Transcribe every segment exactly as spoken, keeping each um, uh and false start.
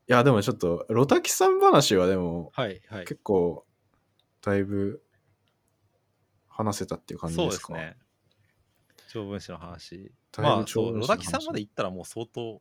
やでもちょっとロタキさん話はでも、 はいはい、 結構だいぶ話せたっていう感じですか？ そうですね。長文誌の話。 だいぶまあそう、 長文ロ誌の話タキさんまで行ったらもう相当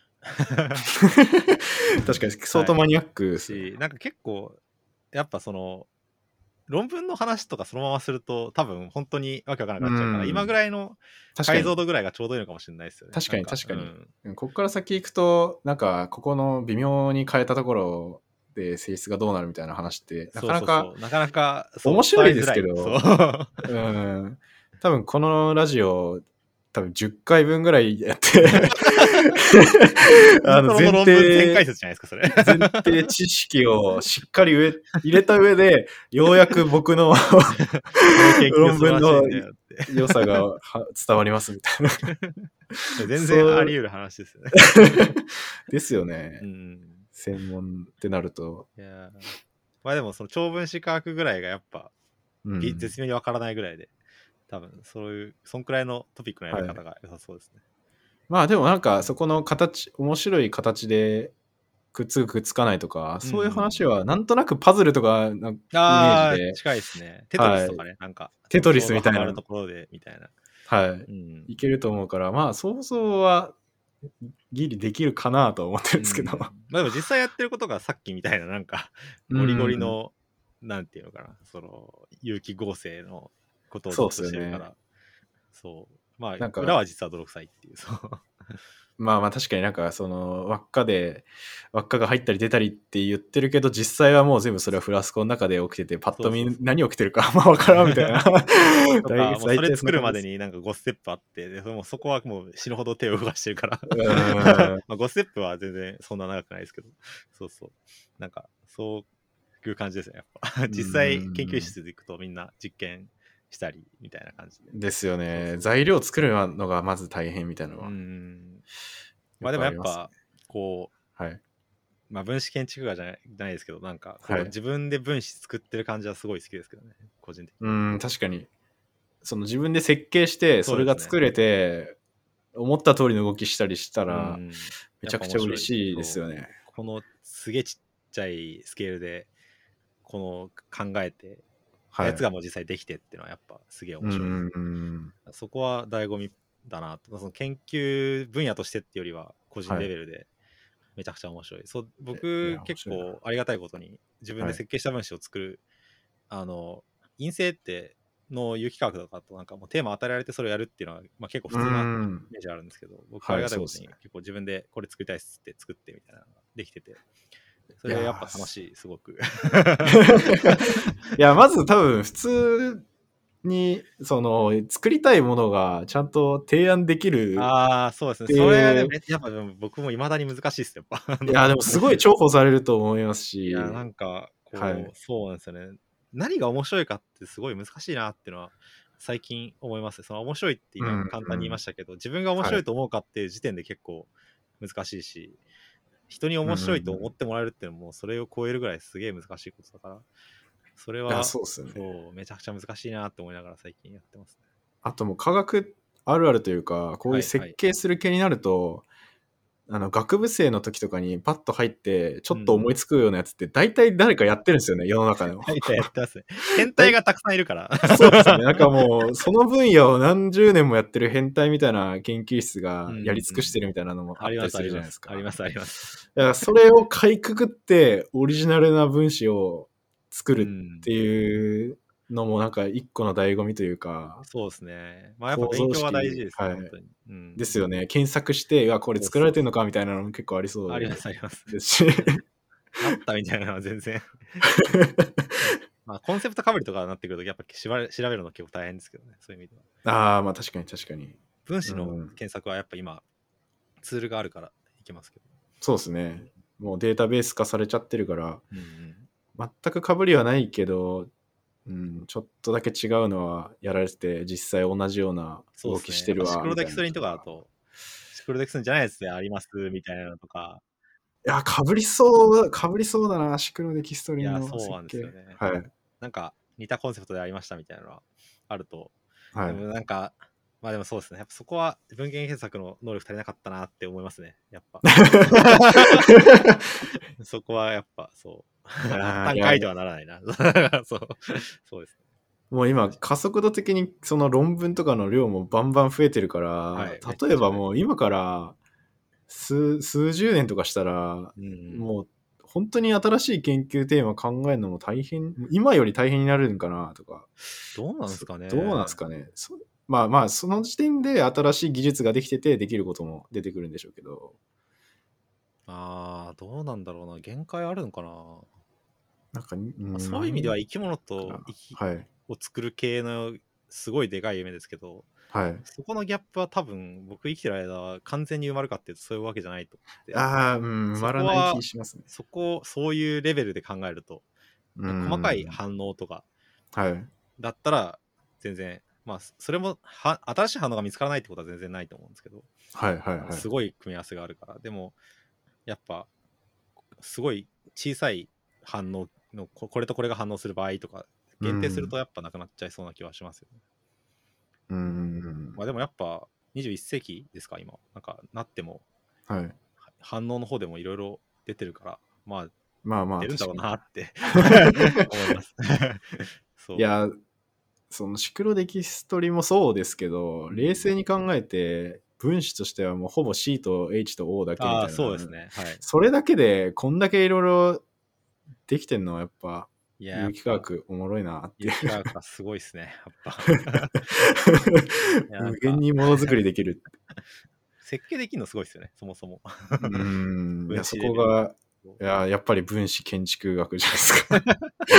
確かに相当マニアックですね。 し、なんか結構やっぱその論文の話とかそのまますると多分本当にわけわからなくなっちゃうから、今ぐらいの解像度ぐらいがちょうどいいのかもしれないですよね。 確かに確かに、 うん、 ここから先行くとなんかここの微妙に変えたところで性質がどうなるみたいな話ってなかなかなかなか面白いですけど、 そううん多分このラジオ多分じゅっかいぶんぐらいやってあの前提解説じゃないですかそれ前提知識をしっかり上入れた上でようやく僕の論文の良さが伝わりますみたいな全然あり得る話ですよねですよね、 うん、 専門ってなると。 いやまあでもその長文詞科学ぐらいがやっぱ、うん、絶妙にわからないぐらいで多分そういうそんくらいのトピックのやり方が良さそうですね、はい、 まあでもなんかそこの形面白い形でくっつくくっつかないとか、うん、そういう話はなんとなくパズルとかのイメージで近いですね。テトリスとかね、はい、なんかテトリスみたいなところでみたいなはい、うん、いけると思うから、まあ想像はギリできるかなと思ってるんですけど、うん、 まあでも実際やってることがさっきみたいななんかゴリゴリの、うん、なんていうのかな、その有機合成のことをずっとしてるから、そう、ね、そうまあなんか裏は実は泥臭いっていうそうまあまあ確かになんかその輪っかで輪っかが入ったり出たりって言ってるけど、実際はもう全部それはフラスコの中で起きてて、パッと見何起きてるかまあ分からんみたいなとかもうそれ作るまでになんかごステップあって、でもそこはもう死ぬほど手を動かしてるからまあごステップは全然そんな長くないですけど、そうそうなんかそういう感じですね。やっぱ実際研究室で行くとみんな実験したりみたいな感じでですよね。そうそう材料作るのがまず大変みたいなのは。うんまあでもやっぱこう、はい、 まあ分子建築学じゃない、ないですけど、なんかこう自分で分子作ってる感じはすごい好きですけどね、個人的に。 うん確かにその自分で設計してそれが作れて、ね、思った通りの動きしたりしたらめちゃくちゃ嬉しいですよね。 このすげえちっちゃいスケールでこの考えて、はい、やつがもう実際できてっていうのはやっぱすげえ面白い、うんうん、そこは醍醐味だなと。その研究分野としてっていうよりは個人レベルでめちゃくちゃ面白い、はい、そう僕結構ありがたいことに自分で設計した分子を作る、はい、あの陰性っての有機化学とかとなんかもうテーマ与えられてそれをやるっていうのは、まあ、結構普通なイメージあるんですけど、僕はありがたいことに結構自分でこれ作りたいっつって作ってみたいなのができてて、それやっぱ楽しい、すごくいやまず多分普通にその作りたいものがちゃんと提案できる。 ああそうですね、それはねやっぱ僕も未だに難しいですよやっぱいやでもすごい重宝されると思いますし、 いやなんかこう、はい、そうなんですよね。何が面白いかってすごい難しいなっていうのは最近思います。その面白いって今簡単に言いましたけど、うんうん、自分が面白いと思うかっていう時点で結構難しいし、はい、人に面白いと思ってもらえるっていうのもそれを超えるぐらいすげえ難しいことだから、それはそうですよね、 そうめちゃくちゃ難しいなって思いながら最近やってますね。 あともう科学あるあるというか、こういう設計する系になると、はいはい、あの学部生の時とかにパッと入ってちょっと思いつくようなやつって大体誰かやってるんですよね、うん、世の中でも。 大体やってますね。変態がたくさんいるから。 そうですね。なんかもうその分野を何十年もやってる変態みたいな研究室がやり尽くしてるみたいなのもあったりするじゃないですか。 ありますあります。 だからそれをかいくぐってオリジナルな分子を作るっていうのもなんか一個の醍醐味というか、 そうですね。まあやっぱ勉強は大事ですね、はい、本当に、 うん。ですよね。検索して、あ、これ作られてるのかみたいなのも結構ありそうで。 ありますあります。 ですし。 あったみたいなのは全然。まあコンセプトかぶりとかになってくるとやっぱ調べるの結構大変ですけどね、そういう意味では。ああ、まあ確かに確かに。 分子の検索はやっぱ今、うん、ツールがあるからいけますけど。 そうですね。もうデータベース化されちゃってるから、うんうん、全くかぶりはないけど、うん、ちょっとだけ違うのはやられてて、実際同じような動きしてるわ。 シクロデキストリンとかだと、シクロデキストリンじゃないやつでありますみたいなのとか。 いや、かぶりそう、かぶりそうだな、シクロデキストリンの設計。 いや、そうなんですよね。 はい。 なんか似たコンセプトでありましたみたいなのはあると、はい、でもなんかまあでもそうですね。やっぱそこは文献検索の能力足りなかったなって思いますね。やっぱ。そこはやっぱそう。単書いてはならないな。そう。そうですね。 もう今加速度的にその論文とかの量もバンバン増えてるから、はい、例えばもう今から数数十年とかしたら、うん、もう本当に新しい研究テーマ考えるのも大変、今より大変になるんかなとか。 どうなんですかね。 どうなんですかね。まあまあ、その時点で新しい技術ができててできることも出てくるんでしょうけど。 ああ、どうなんだろうな。限界あるのかな。 なんか、 まあ、そういう意味では生き物と生き、はい、を作る系のすごいでかい夢ですけど、 はい、 そこのギャップは多分僕生きてる間完全に埋まるかっていうとそういうわけじゃないと思って。 ああ、うん、埋まらない気しますね。 そこ、そういうレベルで考えると、細かい反応とかだったら全然、まあそれもは新しい反応が見つからないってことは全然ないと思うんですけど、 はいはいはい、 すごい組み合わせがあるから。でもやっぱすごい小さい反応のこれとこれが反応する場合とか限定するとやっぱなくなっちゃいそうな気はしますよね。 うん。 まあでもやっぱにじゅういっ世紀ですか今。なんかなっても、 はい、 反応の方でもいろいろ出てるから、まあまあまあ出るんだろうなって思います。 そういや、そのシクロデキストリもそうですけど、冷静に考えて分子としてはもうほぼ C と H と O だけみたいな。 そうですね。はい。 それだけでこんだけいろいろできてんのはやっぱ有機化学おもろいなっていう。 有機化学はすごいですね。やっぱ無限にものづくりできる。 設計できるのすごいですよね、そもそも。 うん。いや、そこが、いや、やっぱり分子建築学じゃないですか。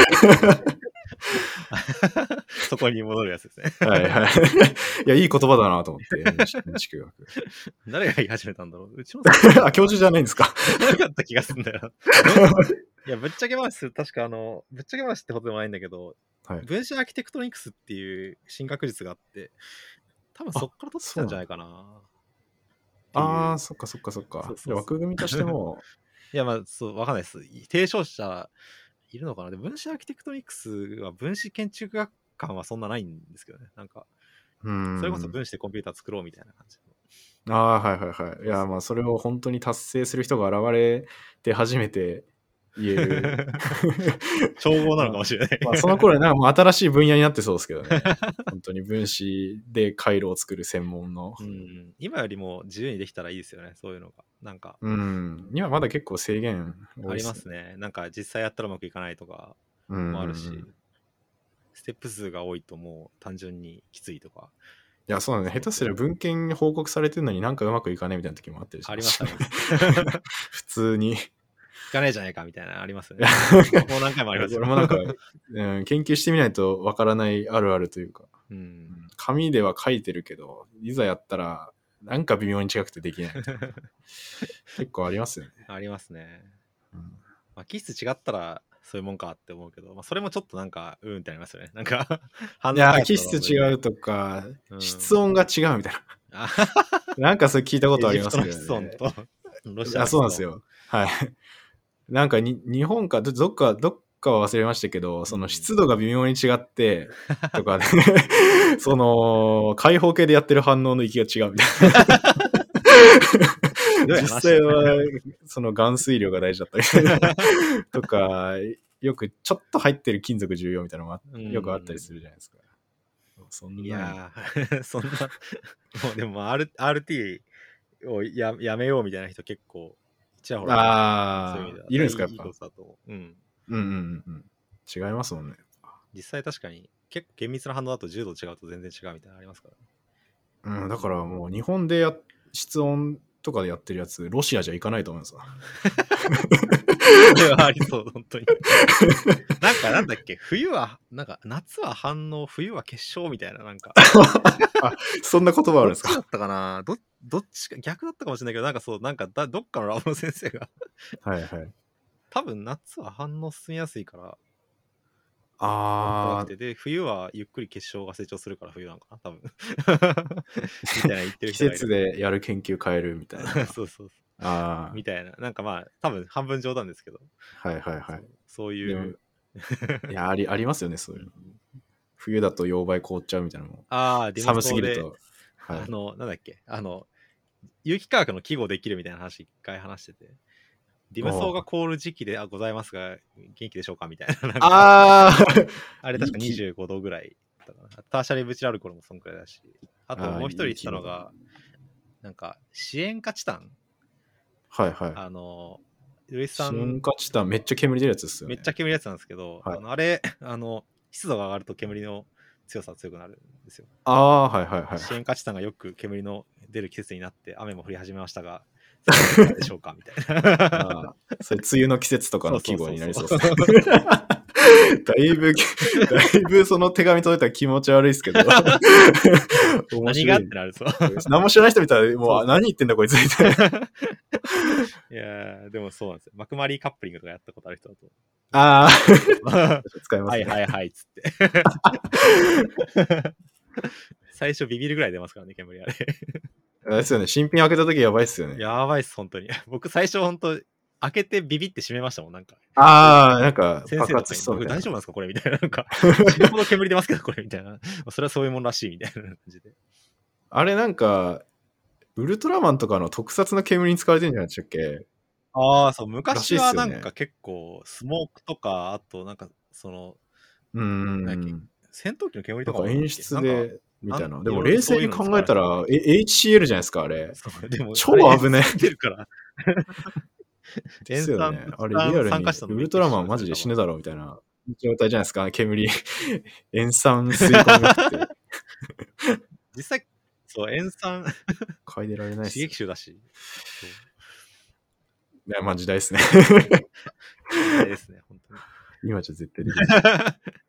そこに戻るやつですね。 はいはい。いや、いい言葉だなと思って、分子建築学。 誰が言い始めたんだろう。うちのあ、教授じゃないんですか。 なかった気がするんだよ。いや、ぶっちゃけ話、確かあの、ぶっちゃけ話ってことでもないんだけど、はい、分子アーキテクトニクスっていう新学術があって、多分そっから取ってきたんじゃないかな。 ああ、そっかそっかそっか。そうそうそう枠組みとしても。 いや、まあ、そう、わかんないです。提唱者いるのかな。で、分子アーキテクトニクスは分子建築学感はそんなないんですけどね。なんか、うんそれこそ分子でコンピューター作ろうみたいな感じ。 ああ、はいはいはい。いや、まあ、それを本当に達成する人が現れて初めて言える。 調合なのかもしれない。 まあ、まあ、その頃はなんかもう新しい分野になってそうですけどね。本当に分子で回路を作る専門の。 うん、今よりも自由にできたらいいですよね、そういうのが。なんか。 うん。今まだ結構制限多い、ね、ありますね。なんか実際やったらうまくいかないとかもあるし、うんうんうん、ステップ数が多いともう単純にきついとか。 いや、そうだね。下手すりゃ文献に報告されてるのになんかうまくいかねえみたいな時もあったりします。 ありますあります。 普通に。 いかねえじゃねえかみたいなのありますね。もう何回もありますよ。 これもなんか、うん、研究してみないとわからないあるあるというか、うん、紙では書いてるけど、いざやったらなんか微妙に違くてできない。結構ありますよね。 ありますね。うんまあ、気質違ったらそういうもんかって思うけど、まあ、それもちょっとなんかうんってなりますよね。なんかいや気質違うとか、うん、室温が違うみたいな。なんかそれ聞いたことありますけどね。室温とロシアの室温。あ、そうなんですよ。はい。なんかに日本かどっかどっかは忘れましたけど、その湿度が微妙に違ってとか、ね、その開放系でやってる反応の域が違うみたいな。実際はその含水量が大事だったりとか、よくちょっと入ってる金属重要みたいなのもよくあったりするじゃないですか。 そんないやそんなもうでも R RT を や, やめようみたいな人結構ちらほらああ、いるんですかやっぱ。 いいだと、うん、 うんうんうん。違いますもんね。 実際確かに結構厳密な反応だとじゅうど違うと全然違うみたいなのありますからね。うん、だからもう日本でや室温とかでやってるやつ、ロシアじゃいかないと思うんですよ。 ありそう、本当に。なんかなんだっけ、冬は、なんか夏は反応、冬は結晶みたいな、なんか。 あ、そんな言葉あるんですか。 どっちだったかな、どどっちか、逆だったかもしれないけど、なんかそう、なんかだどっかのラボの先生がはいはい。 多分夏は反応進みやすいから、 ああで冬はゆっくり結晶が成長するから冬なのかな多分みたいな言ってる人がいる。季節でやる研究変えるみたいな。 そうそうそう。 あみたいな。なんかまあ多分半分冗談ですけど。 はいはいはい。 そう、そういう。 いやあり、ありますよね、そういうの。冬だと溶媒凍っちゃうみたいなのも。 ああ、 寒すぎると。 はい、あの、なんだっけ、あの、有機化学の記号できるみたいな話一回話してて、リム層が凍る時期でございますが、元気でしょうかみたいな。なんかああれ確かにじゅうごどぐらいだったかな。ターシャリブチラルコルもそんくらいだし、あともう一人言ってたのが、なんか、支援化チタン。 はいはい。 あの、ルイスさん。 支援化チタンめっちゃ煙出るやつですよね。めっちゃ煙出るやつなんですけど、はい、あのあれ、あの、湿度が上がると煙の強さが強くなるんですよ。 ああ、はいはいはい。 支援化チタンがよく煙の出る季節になって雨も降り始めましたが、いかがでしょうかみたいな。 ああ、それ梅雨の季節とかの季語になりそうですね。だいぶ、だいぶその手紙届いたら気持ち悪いですけど。 何がってなるそう。 何も知らない人見たら、もう何言ってんだこいつみたいな。 いやでもそうなんですよ。マクマリーカップリングとかやったことある人だと。 ああ、使いますね。 はいはいはいっつって。最初ビビるぐらい出ますからね、煙あれ。 あれですよね、新品開けた時やばいっすよね。 やばいっす、本当に。僕最初本当開けてビビって閉めましたもん、なんか。 ああ、なんか、 爆発しそうみたいな。大丈夫なんですかこれみたいな。なんか、死ぬほど煙出ますけど、これみたいな。それはそういうもんらしいみたいな感じで。 あれなんか、ウルトラマンとかの特撮の煙に使われてるんじゃないでしたっけ？ ああ、そう、昔はなんか結構、スモークとか、あとなんか、その、 うん。 戦闘機の煙とかも演出で、みたいな。でも冷静に考えたら、エイチシーエル じゃないですか、あれ。でも超危ねえ。るから。 ですよね。あれリアルに、ウルトラマンマジで死ぬだろうみたいな状態じゃないですか、煙。塩酸吸い込みまくって。 実際、そう、塩酸。 嗅いでられないっす。 刺激臭だし。 いや、まあ時代ですね。 時代ですね、本当に。 今じゃ絶対できない。